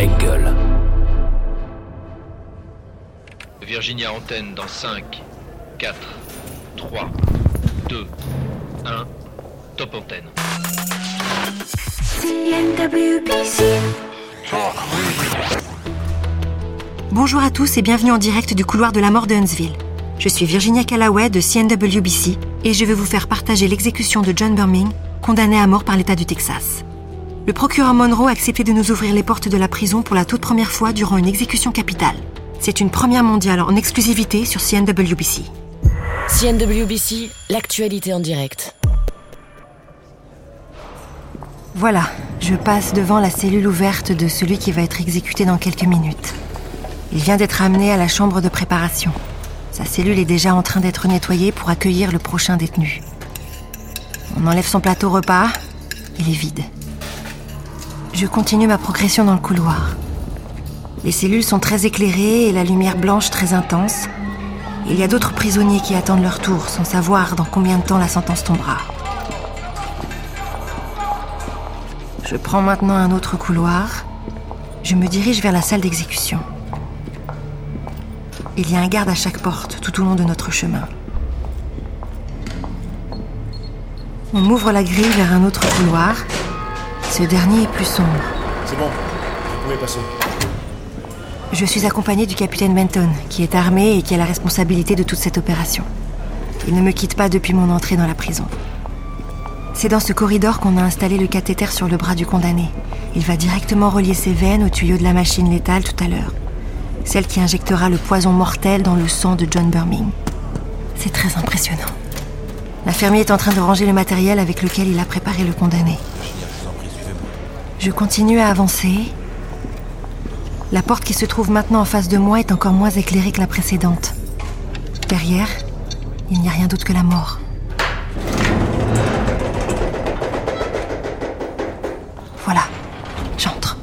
Engel. Virginia antenne dans 5, 4, 3, 2, 1, top antenne. CNWBC. Bonjour à tous et bienvenue en direct du couloir de la mort de Huntsville. Je suis Virginia Callaway de CNWBC et je vais vous faire partager l'exécution de John Burming, condamné à mort par l'État du Texas. Le procureur Monroe a accepté de nous ouvrir les portes de la prison pour la toute première fois durant une exécution capitale. C'est une première mondiale en exclusivité sur CNWBC. CNWBC, l'actualité en direct. Voilà, je passe devant la cellule ouverte de celui qui va être exécuté dans quelques minutes. Il vient d'être amené à la chambre de préparation. Sa cellule est déjà en train d'être nettoyée pour accueillir le prochain détenu. On enlève son plateau repas, il est vide. Je continue ma progression dans le couloir. Les cellules sont très éclairées et la lumière blanche très intense. Il y a d'autres prisonniers qui attendent leur tour sans savoir dans combien de temps la sentence tombera. Je prends maintenant un autre couloir. Je me dirige vers la salle d'exécution. Il y a un garde à chaque porte tout au long de notre chemin. On ouvre la grille vers un autre couloir. Ce dernier est plus sombre. C'est bon, vous pouvez passer. Je suis accompagnée du capitaine Benton, qui est armé et qui a la responsabilité de toute cette opération. Il ne me quitte pas depuis mon entrée dans la prison. C'est dans ce corridor qu'on a installé le cathéter sur le bras du condamné. Il va directement relier ses veines au tuyau de la machine létale tout à l'heure. Celle qui injectera le poison mortel dans le sang de John Burming. C'est très impressionnant. L'infirmier est en train de ranger le matériel avec lequel il a préparé le condamné. Je continue à avancer. La porte qui se trouve maintenant en face de moi est encore moins éclairée que la précédente. Derrière, il n'y a rien d'autre que la mort. Voilà, j'entre.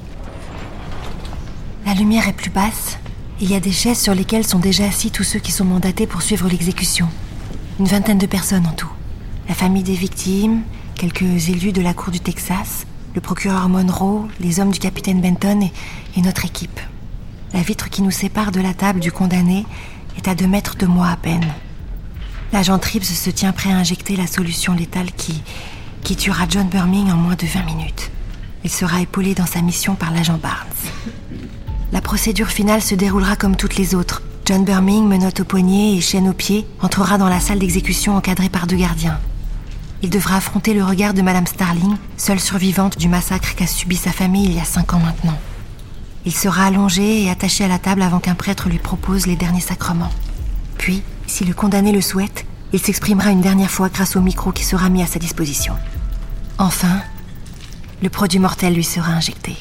La lumière est plus basse. Il y a des chaises sur lesquelles sont déjà assis tous ceux qui sont mandatés pour suivre l'exécution. Une vingtaine de personnes en tout. La famille des victimes, quelques élus de la cour du Texas, le procureur Monroe, les hommes du capitaine Benton et notre équipe. La vitre qui nous sépare de la table du condamné est à 2 mètres de moi à peine. L'agent Tribbs se tient prêt à injecter la solution létale qui tuera John Burming en moins de 20 minutes. Il sera épaulé dans sa mission par l'agent Barnes. La procédure finale se déroulera comme toutes les autres. John Burming, menottes aux poignets et chaîne aux pieds, entrera dans la salle d'exécution encadrée par 2 gardiens. Il devra affronter le regard de Madame Starling, seule survivante du massacre qu'a subi sa famille il y a 5 ans maintenant. Il sera allongé et attaché à la table avant qu'un prêtre lui propose les derniers sacrements. Puis, si le condamné le souhaite, il s'exprimera une dernière fois grâce au micro qui sera mis à sa disposition. Enfin, le produit mortel lui sera injecté.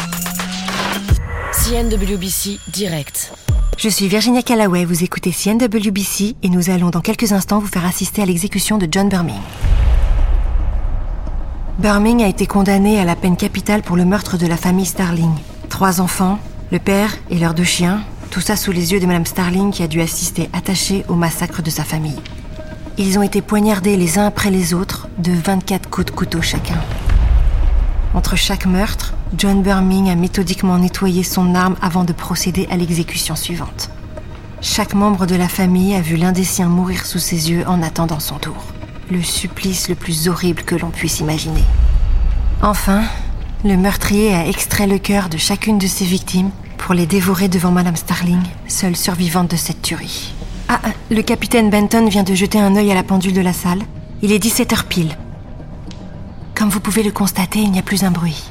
CNWBC direct. Je suis Virginia Callaway, vous écoutez CNWBC et nous allons dans quelques instants vous faire assister à l'exécution de John Burming. Burming a été condamné à la peine capitale pour le meurtre de la famille Starling. 3 enfants, le père et leurs 2 chiens, tout ça sous les yeux de Madame Starling qui a dû assister attachée au massacre de sa famille. Ils ont été poignardés les uns après les autres de 24 coups de couteau chacun. Entre chaque meurtre, John Burming a méthodiquement nettoyé son arme avant de procéder à l'exécution suivante. Chaque membre de la famille a vu l'un des siens mourir sous ses yeux en attendant son tour. Le supplice le plus horrible que l'on puisse imaginer. Enfin, le meurtrier a extrait le cœur de chacune de ses victimes pour les dévorer devant Madame Starling, seule survivante de cette tuerie. Le capitaine Benton vient de jeter un œil à la pendule de la salle. Il est 17h pile. Comme vous pouvez le constater, il n'y a plus un bruit.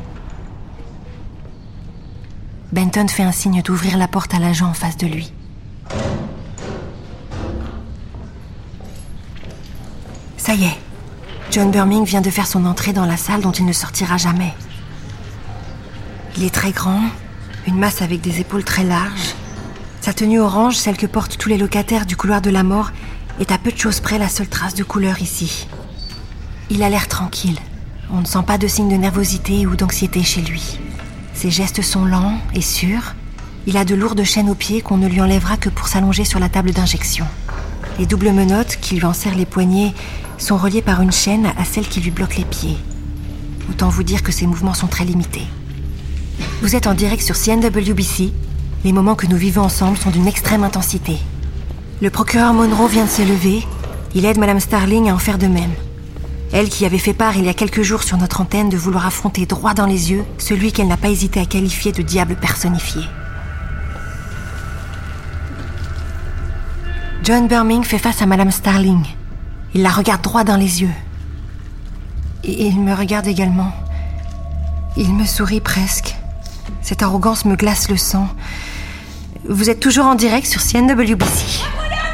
Benton fait un signe d'ouvrir la porte à l'agent en face de lui. Ça y est, John Burming vient de faire son entrée dans la salle dont il ne sortira jamais. Il est très grand, une masse avec des épaules très larges. Sa tenue orange, celle que portent tous les locataires du couloir de la mort, est à peu de choses près la seule trace de couleur ici. Il a l'air tranquille. On ne sent pas de signe de nervosité ou d'anxiété chez lui. Ses gestes sont lents et sûrs. Il a de lourdes chaînes aux pieds qu'on ne lui enlèvera que pour s'allonger sur la table d'injection. Les doubles menottes qui lui enserrent les poignets sont reliées par une chaîne à celle qui lui bloque les pieds. Autant vous dire que ses mouvements sont très limités. Vous êtes en direct sur CNWBC. Les moments que nous vivons ensemble sont d'une extrême intensité. Le procureur Monroe vient de se lever. Il aide Madame Starling à en faire de même. Elle qui avait fait part il y a quelques jours sur notre antenne de vouloir affronter droit dans les yeux celui qu'elle n'a pas hésité à qualifier de diable personnifié. John Burming fait face à Madame Starling. Il la regarde droit dans les yeux. Et il me regarde également. Il me sourit presque. Cette arrogance me glace le sang. Vous êtes toujours en direct sur CNWBC.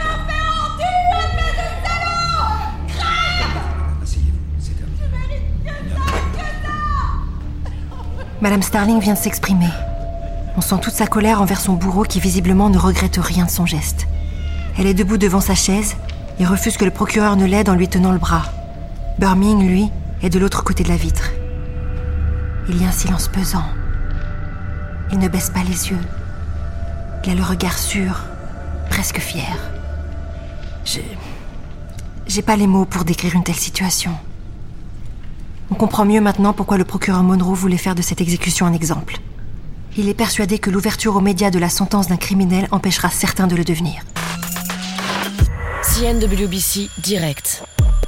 Madame Starling vient de s'exprimer. On sent toute sa colère envers son bourreau qui visiblement ne regrette rien de son geste. Elle est debout devant sa chaise et refuse que le procureur ne l'aide en lui tenant le bras. Burming, lui, est de l'autre côté de la vitre. Il y a un silence pesant. Il ne baisse pas les yeux. Il a le regard sûr, presque fier. J'ai pas les mots pour décrire une telle situation. On comprend mieux maintenant pourquoi le procureur Monroe voulait faire de cette exécution un exemple. Il est persuadé que l'ouverture aux médias de la sentence d'un criminel empêchera certains de le devenir. CNWBC direct.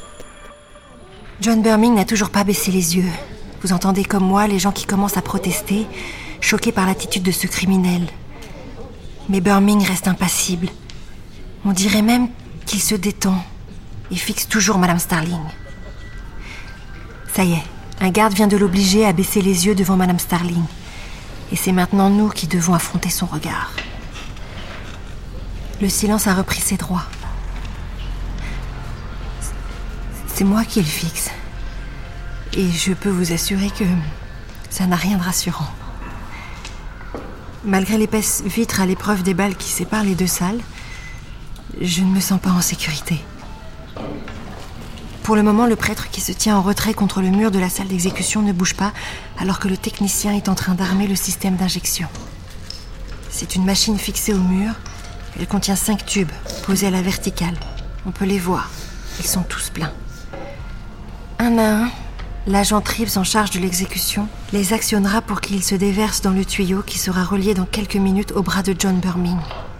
John Burming n'a toujours pas baissé les yeux. Vous entendez comme moi les gens qui commencent à protester, choqués par l'attitude de ce criminel. Mais Burming reste impassible. On dirait même qu'il se détend et fixe toujours Madame Starling. Ça y est, un garde vient de l'obliger à baisser les yeux devant Madame Starling. Et c'est maintenant nous qui devons affronter son regard. Le silence a repris ses droits. C'est moi qui le fixe. Et je peux vous assurer que ça n'a rien de rassurant. Malgré l'épaisse vitre à l'épreuve des balles qui séparent les deux salles, je ne me sens pas en sécurité. Pour le moment, le prêtre qui se tient en retrait contre le mur de la salle d'exécution ne bouge pas, alors que le technicien est en train d'armer le système d'injection. C'est une machine fixée au mur. Elle contient 5 tubes, posés à la verticale. On peut les voir. Ils sont tous pleins. Un à un, l'agent Tribs en charge de l'exécution les actionnera pour qu'ils se déversent dans le tuyau qui sera relié dans quelques minutes au bras de John Burming.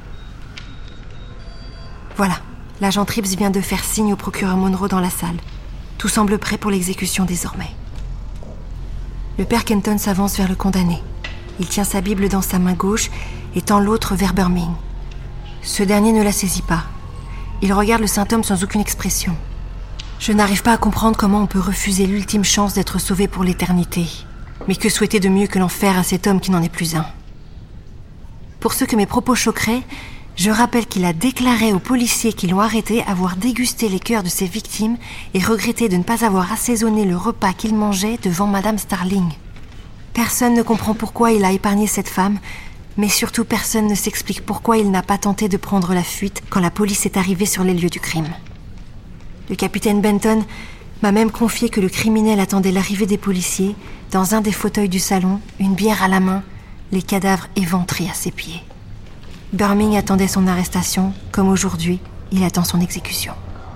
Voilà, l'agent Tribs vient de faire signe au procureur Monroe dans la salle. Tout semble prêt pour l'exécution désormais. Le père Kenton s'avance vers le condamné. Il tient sa Bible dans sa main gauche et tend l'autre vers Burming. Ce dernier ne la saisit pas. Il regarde le saint homme sans aucune expression. Je n'arrive pas à comprendre comment on peut refuser l'ultime chance d'être sauvé pour l'éternité. Mais que souhaiter de mieux que l'enfer à cet homme qui n'en est plus un? Pour ceux que mes propos choqueraient, je rappelle qu'il a déclaré aux policiers qui l'ont arrêté avoir dégusté les cœurs de ses victimes et regretté de ne pas avoir assaisonné le repas qu'il mangeait devant Madame Starling. Personne ne comprend pourquoi il a épargné cette femme, mais surtout personne ne s'explique pourquoi il n'a pas tenté de prendre la fuite quand la police est arrivée sur les lieux du crime. Le capitaine Benton m'a même confié que le criminel attendait l'arrivée des policiers, dans un des fauteuils du salon, une bière à la main, les cadavres éventrés à ses pieds. Burming attendait son arrestation, comme aujourd'hui, il attend son exécution.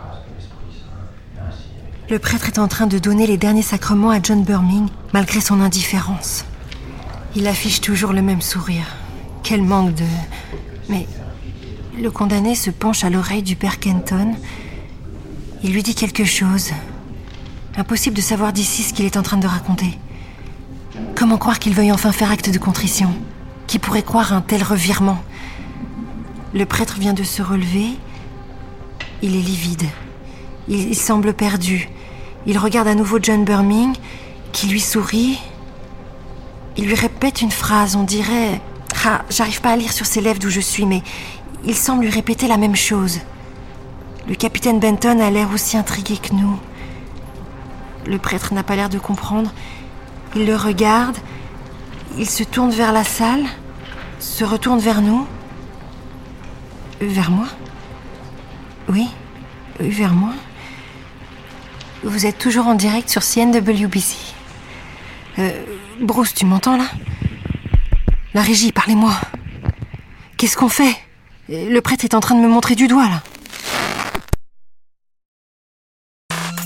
Le prêtre est en train de donner les derniers sacrements à John Burming, malgré son indifférence. Il affiche toujours le même sourire. Quel manque de... Mais le condamné se penche à l'oreille du père Kenton. Il lui dit quelque chose. Impossible de savoir d'ici ce qu'il est en train de raconter. Comment croire qu'il veuille enfin faire acte de contrition? Qui pourrait croire à un tel revirement? Le prêtre vient de se relever. Il est livide. Il semble perdu. Il regarde à nouveau John Burming, qui lui sourit. Il lui répète une phrase, on dirait... Ah, j'arrive pas à lire sur ses lèvres d'où je suis, mais il semble lui répéter la même chose. Le capitaine Benton a l'air aussi intrigué que nous. Le prêtre n'a pas l'air de comprendre. Il le regarde. Il se tourne vers la salle, se retourne vers nous. Vers moi? Oui, vers moi. Vous êtes toujours en direct sur CNWBC. Bruce, tu m'entends là? La régie, parlez-moi. Qu'est-ce qu'on fait? Le prêtre est en train de me montrer du doigt là.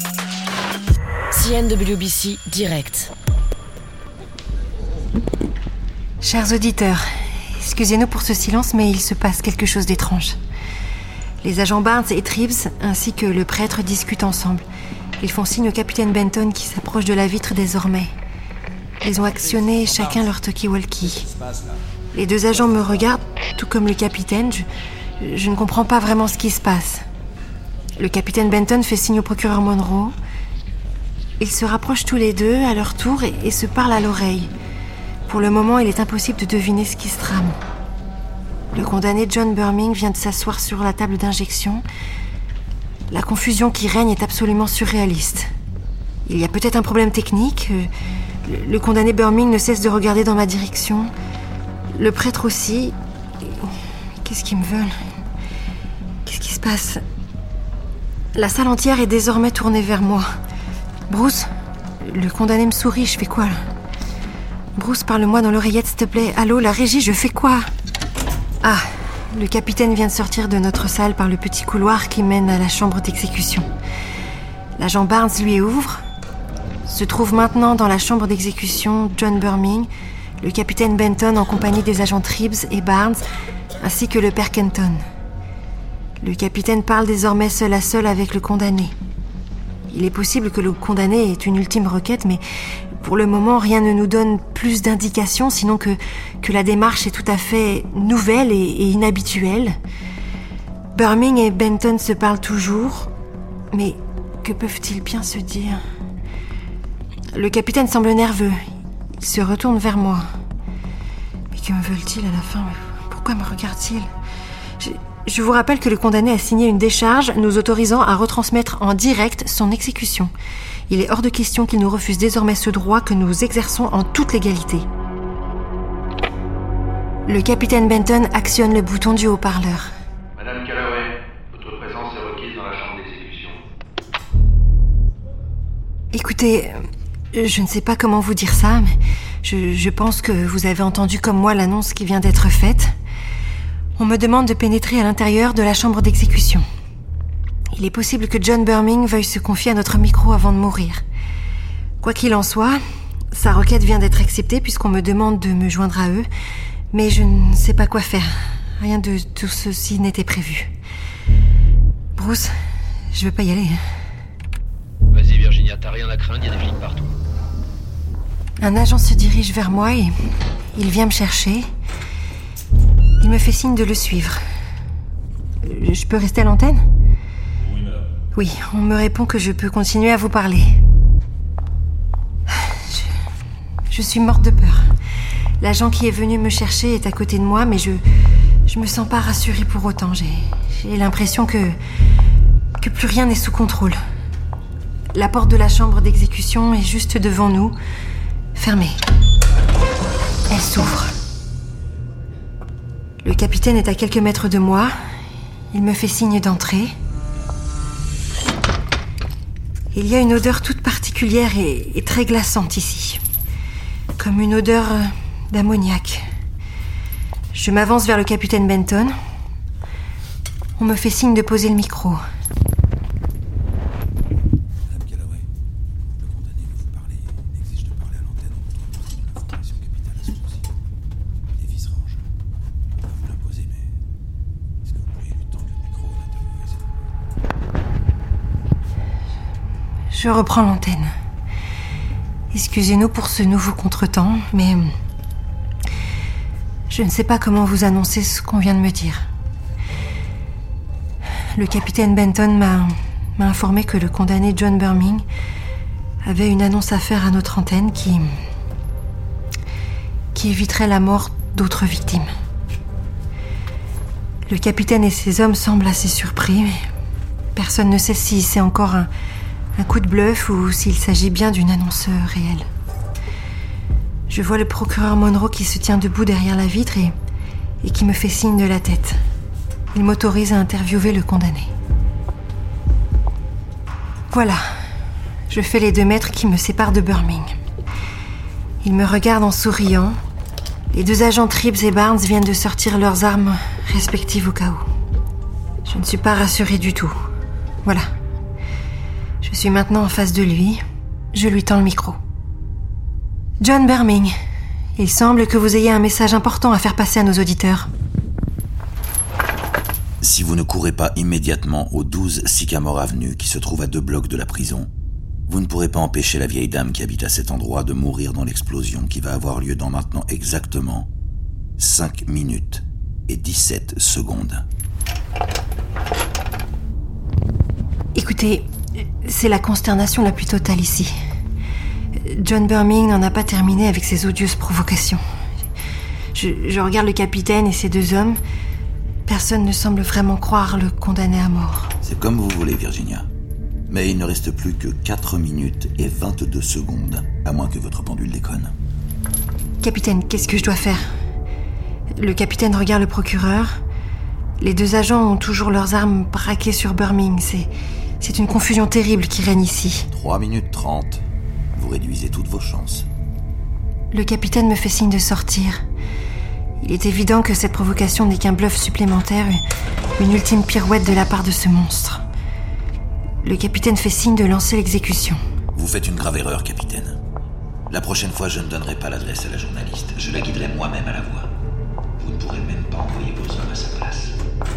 CNWBC direct. Chers auditeurs, excusez-nous pour ce silence, mais il se passe quelque chose d'étrange. Les agents Barnes et Tribs, ainsi que le prêtre, discutent ensemble. Ils font signe au capitaine Benton qui s'approche de la vitre désormais. Ils ont actionné chacun leur talkie-walkie. Les deux agents me regardent, tout comme le capitaine. Je ne comprends pas vraiment ce qui se passe. Le capitaine Benton fait signe au procureur Monroe. Ils se rapprochent tous les deux à leur tour et se parlent à l'oreille. Pour le moment, il est impossible de deviner ce qui se trame. Le condamné John Burming vient de s'asseoir sur la table d'injection. La confusion qui règne est absolument surréaliste. Il y a peut-être un problème technique. Le condamné Burming ne cesse de regarder dans ma direction. Le prêtre aussi. Qu'est-ce qu'ils me veulent? Qu'est-ce qui se passe? La salle entière est désormais tournée vers moi. Bruce, le condamné me sourit, je fais quoi là? Bruce, parle-moi dans l'oreillette s'il te plaît. Allô, la régie, je fais quoi? Ah, le capitaine vient de sortir de notre salle par le petit couloir qui mène à la chambre d'exécution. L'agent Barnes lui ouvre. Se trouve maintenant dans la chambre d'exécution John Burming, le capitaine Benton en compagnie des agents Tribs et Barnes, ainsi que le père Kenton. Le capitaine parle désormais seul à seul avec le condamné. Il est possible que le condamné ait une ultime requête, mais pour le moment, rien ne nous donne plus d'indications, sinon que la démarche est tout à fait nouvelle et inhabituelle. Burming et Benton se parlent toujours, mais que peuvent-ils bien se dire? Le capitaine semble nerveux. Il se retourne vers moi. Mais que me veulent-ils à la fin? Pourquoi me regardent-ils? Je vous rappelle que le condamné a signé une décharge nous autorisant à retransmettre en direct son exécution. Il est hors de question qu'il nous refuse désormais ce droit que nous exerçons en toute légalité. Le capitaine Benton actionne le bouton du haut-parleur. Madame Calloway, votre présence est requise dans la chambre d'exécution. Écoutez, je ne sais pas comment vous dire ça, mais je pense que vous avez entendu comme moi l'annonce qui vient d'être faite. On me demande de pénétrer à l'intérieur de la chambre d'exécution. Il est possible que John Burming veuille se confier à notre micro avant de mourir. Quoi qu'il en soit, sa requête vient d'être acceptée puisqu'on me demande de me joindre à eux, mais je ne sais pas quoi faire. Rien de tout ceci n'était prévu. Bruce, je veux pas y aller. Vas-y Virginia, t'as rien à craindre, il y a des flics partout. Un agent se dirige vers moi et il vient me chercher. Il me fait signe de le suivre. Je peux rester à l'antenne? Oui, madame. Oui, on me répond que je peux continuer à vous parler. Je suis morte de peur. L'agent qui est venu me chercher est à côté de moi, mais je me sens pas rassurée pour autant. J'ai l'impression que plus rien n'est sous contrôle. La porte de la chambre d'exécution est juste devant nous, fermée. Elle s'ouvre. Le capitaine est à quelques mètres de moi. Il me fait signe d'entrer. Il y a une odeur toute particulière et très glaçante ici. Comme une odeur d'ammoniac. Je m'avance vers le capitaine Benton. On me fait signe de poser le micro. Madame Calloway, le condamné veut vous parler et exige de parler à l'antenne en contre partie de l'information capitale à ce souci. Il est vice-range. Je peux pas vous l'imposer, mais est-ce que vous pourriez lui tendre le micro et l'interviewer, s'il vous plaît? Je reprends l'antenne. Excusez-nous pour ce nouveau contretemps, mais je ne sais pas comment vous annoncer ce qu'on vient de me dire. Le capitaine Benton m'a informé que le condamné John Burming avait une annonce à faire à notre antenne qui éviterait la mort d'autres victimes. Le capitaine et ses hommes semblent assez surpris, mais personne ne sait si c'est encore un coup de bluff ou s'il s'agit bien d'une annonce réelle. Je vois le procureur Monroe qui se tient debout derrière la vitre et qui me fait signe de la tête. Il m'autorise à interviewer le condamné. Voilà, je fais les 2 mètres qui me séparent de Burming. Il me regarde en souriant. Les 2 agents Tribs et Barnes viennent de sortir leurs armes respectives au cas où. Je ne suis pas rassurée du tout. Voilà. Je suis maintenant en face de lui. Je lui tends le micro. John Burming, Il semble que vous ayez un message important à faire passer à nos auditeurs. Si vous ne courez pas immédiatement au 12 Sycamore Avenue qui se trouve à 2 blocs de la prison, vous ne pourrez pas empêcher la vieille dame qui habite à cet endroit de mourir dans l'explosion qui va avoir lieu dans maintenant exactement 5 minutes et 17 secondes. Écoutez, c'est la consternation la plus totale ici. John Burming n'en a pas terminé avec ses odieuses provocations. Je regarde le capitaine et ces 2 hommes. Personne ne semble vraiment croire le condamner à mort. C'est comme vous voulez, Virginia. Mais il ne reste plus que 4 minutes et 22 secondes, à moins que votre pendule déconne. Capitaine, qu'est-ce que je dois faire ? Le capitaine regarde le procureur. Les 2 agents ont toujours leurs armes braquées sur Burming. C'est une confusion terrible qui règne ici. 3 minutes 30. Vous réduisez toutes vos chances. Le capitaine me fait signe de sortir. Il est évident que cette provocation n'est qu'un bluff supplémentaire, une ultime pirouette de la part de ce monstre. Le capitaine fait signe de lancer l'exécution. Vous faites une grave erreur, capitaine. La prochaine fois, je ne donnerai pas l'adresse à la journaliste. Je la guiderai moi-même à la voix. Vous ne pourrez même pas envoyer vos hommes à sa place.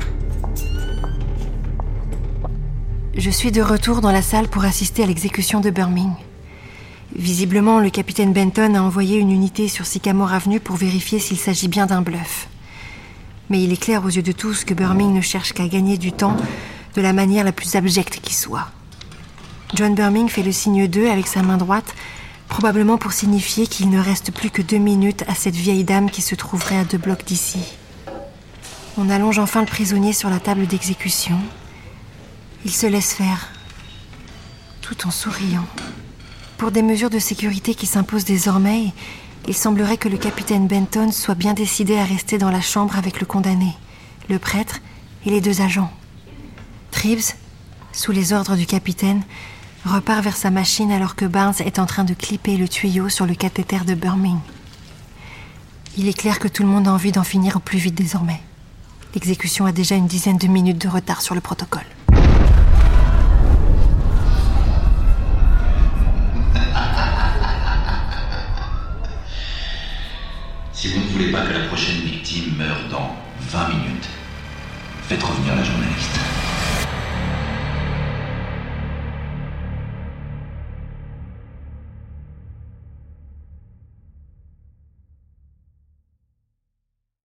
Je suis de retour dans la salle pour assister à l'exécution de Burming. Visiblement, le capitaine Benton a envoyé une unité sur Sycamore Avenue pour vérifier s'il s'agit bien d'un bluff. Mais il est clair aux yeux de tous que Burming ne cherche qu'à gagner du temps de la manière la plus abjecte qui soit. John Burming fait le signe 2 avec sa main droite, probablement pour signifier qu'il ne reste plus que 2 minutes à cette vieille dame qui se trouverait à 2 blocs d'ici. On allonge enfin le prisonnier sur la table d'exécution. Il se laisse faire, tout en souriant. Pour des mesures de sécurité qui s'imposent désormais, il semblerait que le capitaine Benton soit bien décidé à rester dans la chambre avec le condamné, le prêtre et les 2 agents. Tribs, sous les ordres du capitaine, repart vers sa machine alors que Barnes est en train de clipper le tuyau sur le cathéter de Burming. Il est clair que tout le monde a envie d'en finir au plus vite désormais. L'exécution a déjà une dizaine de minutes de retard sur le protocole. Si vous ne voulez pas que la prochaine victime meure dans 20 minutes, faites revenir la journaliste.